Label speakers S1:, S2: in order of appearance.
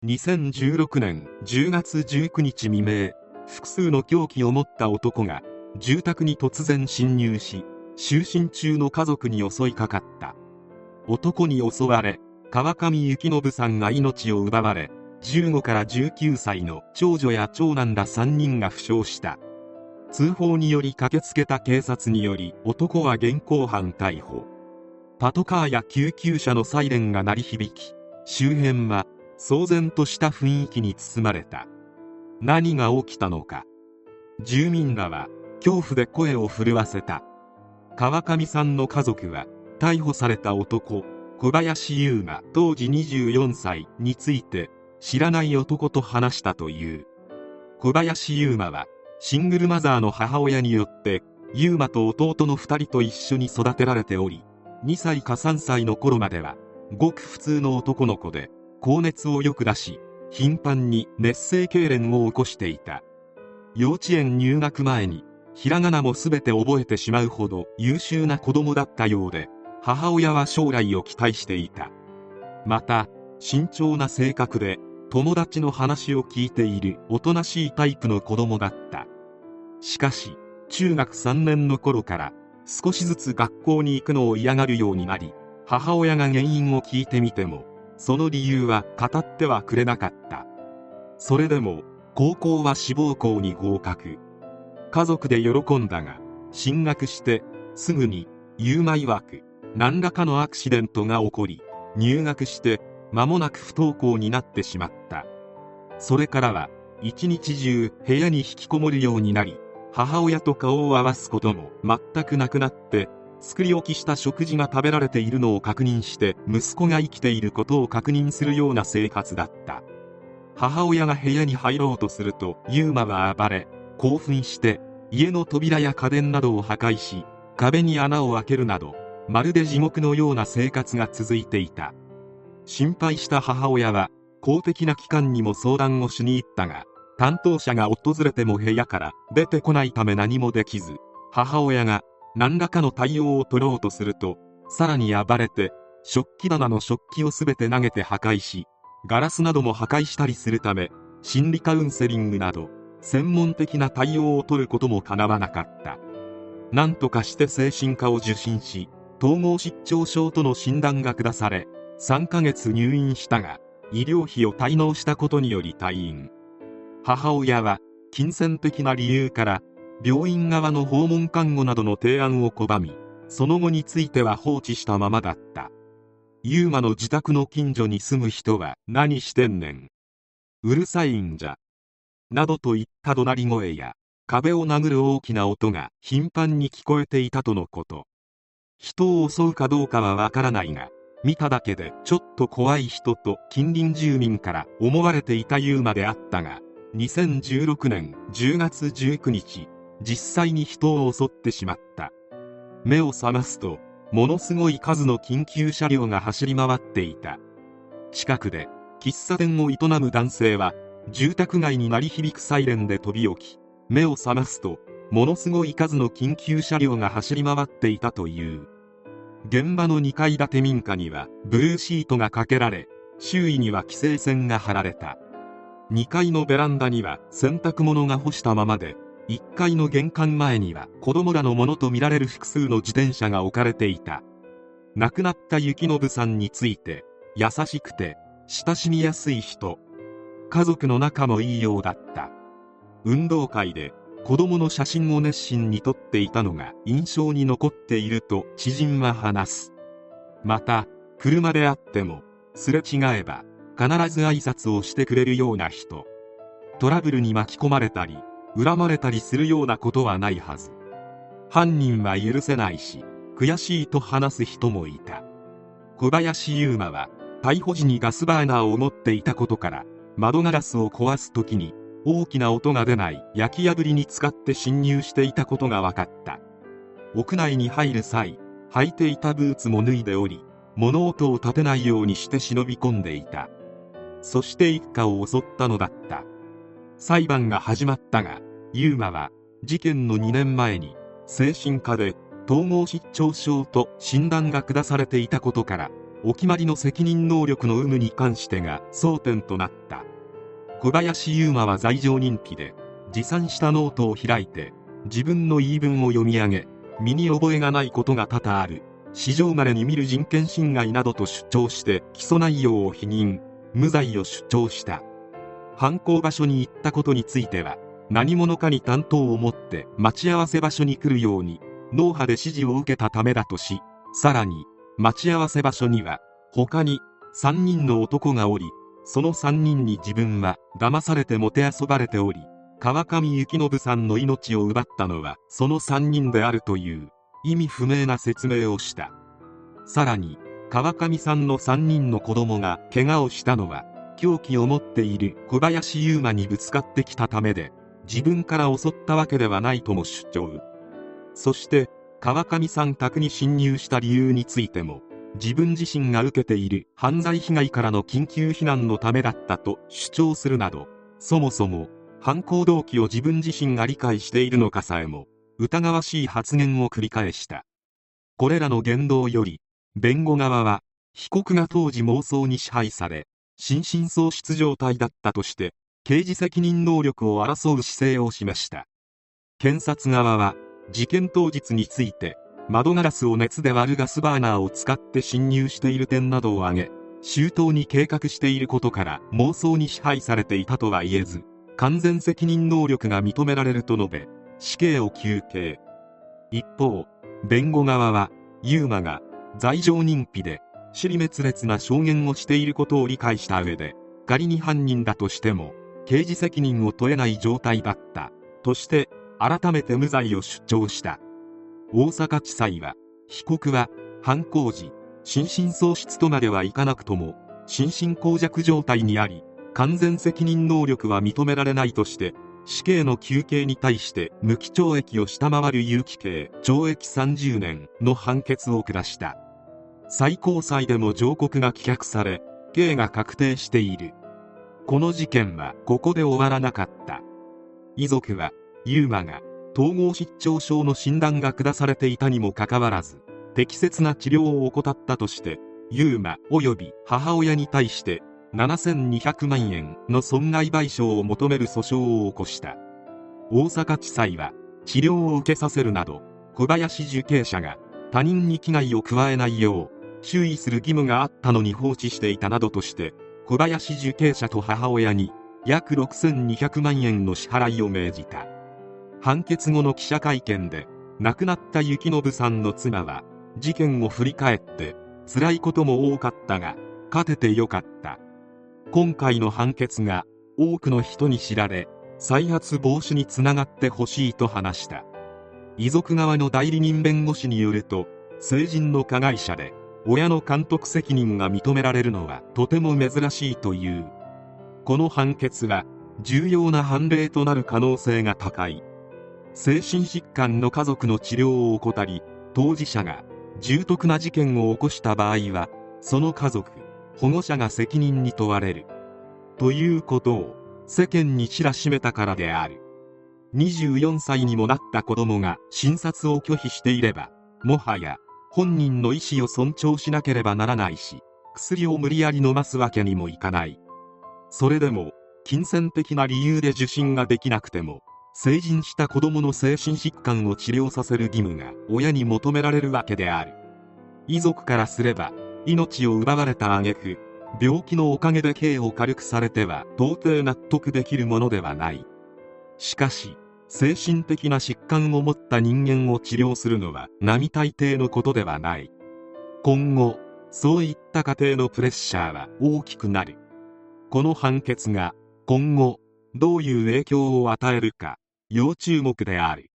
S1: 2016年10月19日未明、複数の凶器を持った男が住宅に突然侵入し、就寝中の家族に襲いかかった。男に襲われ、川上幸信さんが命を奪われ、15から19歳の長女や長男ら3人が負傷した。通報により駆けつけた警察により、男は現行犯逮捕。パトカーや救急車のサイレンが鳴り響き、周辺は騒然とした雰囲気に包まれた。何が起きたのか。住民らは恐怖で声を震わせた。川上さんの家族は逮捕された男、小林優馬当時24歳について知らない男と話したという。小林優馬はシングルマザーの母親によって優馬と弟の2人と一緒に育てられており、2歳か3歳の頃まではごく普通の男の子で、高熱をよく出し、頻繁に熱性痙攣を起こしていた。幼稚園入学前にひらがなも全て覚えてしまうほど優秀な子供だったようで、母親は将来を期待していた。また慎重な性格で、友達の話を聞いているおとなしいタイプの子供だった。しかし中学3年の頃から少しずつ学校に行くのを嫌がるようになり、母親が原因を聞いてみてもその理由は語ってはくれなかった。それでも高校は志望校に合格。家族で喜んだが、進学してすぐに優馬曰く何らかのアクシデントが起こり、入学して間もなく不登校になってしまった。それからは一日中部屋に引きこもるようになり、母親と顔を合わすことも全くなくなって、作り置きした食事が食べられているのを確認して息子が生きていることを確認するような生活だった。母親が部屋に入ろうとすると優馬は暴れ、興奮して家の扉や家電などを破壊し、壁に穴を開けるなど、まるで地獄のような生活が続いていた。心配した母親は公的な機関にも相談をしに行ったが、担当者が訪れても部屋から出てこないため何もできず、母親が何らかの対応を取ろうとすると、さらに暴れて食器棚の食器を全て投げて破壊し、ガラスなども破壊したりするため、心理カウンセリングなど専門的な対応を取ることも叶わなかった。何とかして精神科を受診し、統合失調症との診断が下され、3ヶ月入院したが、医療費を滞納したことにより退院。母親は金銭的な理由から病院側の訪問看護などの提案を拒み、その後については放置したままだった。優馬の自宅の近所に住む人は、何してんねん、うるさいんじゃ、などといった怒鳴り声や壁を殴る大きな音が頻繁に聞こえていたとのこと。人を襲うかどうかはわからないが、見ただけでちょっと怖い人と近隣住民から思われていた優馬であったが、2016年10月19日、実際に人を襲ってしまった。目を覚ますと、ものすごい数の緊急車両が走り回っていた。近くで喫茶店を営む男性は、住宅街に鳴り響くサイレンで飛び起き、目を覚ますとものすごい数の緊急車両が走り回っていたという。現場の2階建て民家にはブルーシートがかけられ、周囲には規制線が張られた。2階のベランダには洗濯物が干したままで、1階の玄関前には子供らのものとみられる複数の自転車が置かれていた。亡くなった幸信さんについて、優しくて親しみやすい人、家族の仲もいいようだった。運動会で子供の写真を熱心に撮っていたのが印象に残っていると知人は話す。また車であってもすれ違えば必ず挨拶をしてくれるような人、トラブルに巻き込まれたり恨まれたりするようなことはないはず。犯人は許せないし悔しいと話す人もいた。小林優馬は逮捕時にガスバーナーを持っていたことから、窓ガラスを壊す時に大きな音が出ない焼き破りに使って侵入していたことが分かった。屋内に入る際、履いていたブーツも脱いでおり、物音を立てないようにして忍び込んでいた。そして一家を襲ったのだった。裁判が始まったが、優馬は事件の2年前に精神科で統合失調症と診断が下されていたことから、 お決まりの責任能力の有無に関してが争点となった。小林優馬は罪状認否で、持参したノートを開いて自分の言い分を読み上げ、身に覚えがないことが多々ある、史上稀に見る人権侵害などと主張して起訴内容を否認、無罪を主張した。犯行場所に行ったことについては、何者かに担当を持って待ち合わせ場所に来るように脳波で指示を受けたためだとし、さらに待ち合わせ場所には他に3人の男がおり、その3人に自分は騙されてもてあそばれており、川上幸信さんの命を奪ったのはその3人であるという意味不明な説明をした。さらに川上さんの3人の子供が怪我をしたのは凶器を持っている小林優馬にぶつかってきたためで、自分から襲ったわけではないとも主張。そして川上さん宅に侵入した理由についても、自分自身が受けている犯罪被害からの緊急避難のためだったと主張するなど、そもそも犯行動機を自分自身が理解しているのかさえも疑わしい発言を繰り返した。これらの言動より弁護側は、被告が当時妄想に支配され心神喪失状態だったとして刑事責任能力を争う姿勢を示した。検察側は事件当日について、窓ガラスを熱で割るガスバーナーを使って侵入している点などを挙げ、周到に計画していることから妄想に支配されていたとは言えず、完全責任能力が認められると述べ死刑を求刑。一方、弁護側は優馬が罪状認否で支離滅裂な証言をしていることを理解した上で、仮に犯人だとしても刑事責任を問えない状態だったとして改めて無罪を主張した。大阪地裁は、被告は犯行時心神喪失とまではいかなくとも心神耗弱状態にあり、完全責任能力は認められないとして死刑の求刑に対して無期懲役を下回る有期刑懲役30年の判決を下した。最高裁でも上告が棄却され、刑が確定している。この事件はここで終わらなかった。遺族は優馬が統合失調症の診断が下されていたにもかかわらず適切な治療を怠ったとして、優馬及び母親に対して7200万円の損害賠償を求める訴訟を起こした。大阪地裁は、治療を受けさせるなど小林受刑者が他人に危害を加えないよう注意する義務があったのに放置していたなどとして、小林受刑者と母親に約6200万円の支払いを命じた。判決後の記者会見で、亡くなった幸信さんの妻は、事件を振り返って辛いことも多かったが勝ててよかった、今回の判決が多くの人に知られ再発防止につながってほしいと話した。遺族側の代理人弁護士によると、成人の加害者で親の監督責任が認められるのはとても珍しいという。この判決は重要な判例となる可能性が高い。精神疾患の家族の治療を怠り、当事者が重篤な事件を起こした場合はその家族、保護者が責任に問われるということを世間に知らしめたからである。24歳にもなった子供が診察を拒否していれば、もはや本人の意思を尊重しなければならないし、薬を無理やり飲ますわけにもいかない。それでも金銭的な理由で受診ができなくても、成人した子供の精神疾患を治療させる義務が親に求められるわけである。遺族からすれば、命を奪われた挙句、病気のおかげで刑を軽くされては到底納得できるものではない。しかし、精神的な疾患を持った人間を治療するのは並大抵のことではない。今後、そういった家庭のプレッシャーは大きくなる。この判決が今後どういう影響を与えるか要注目である。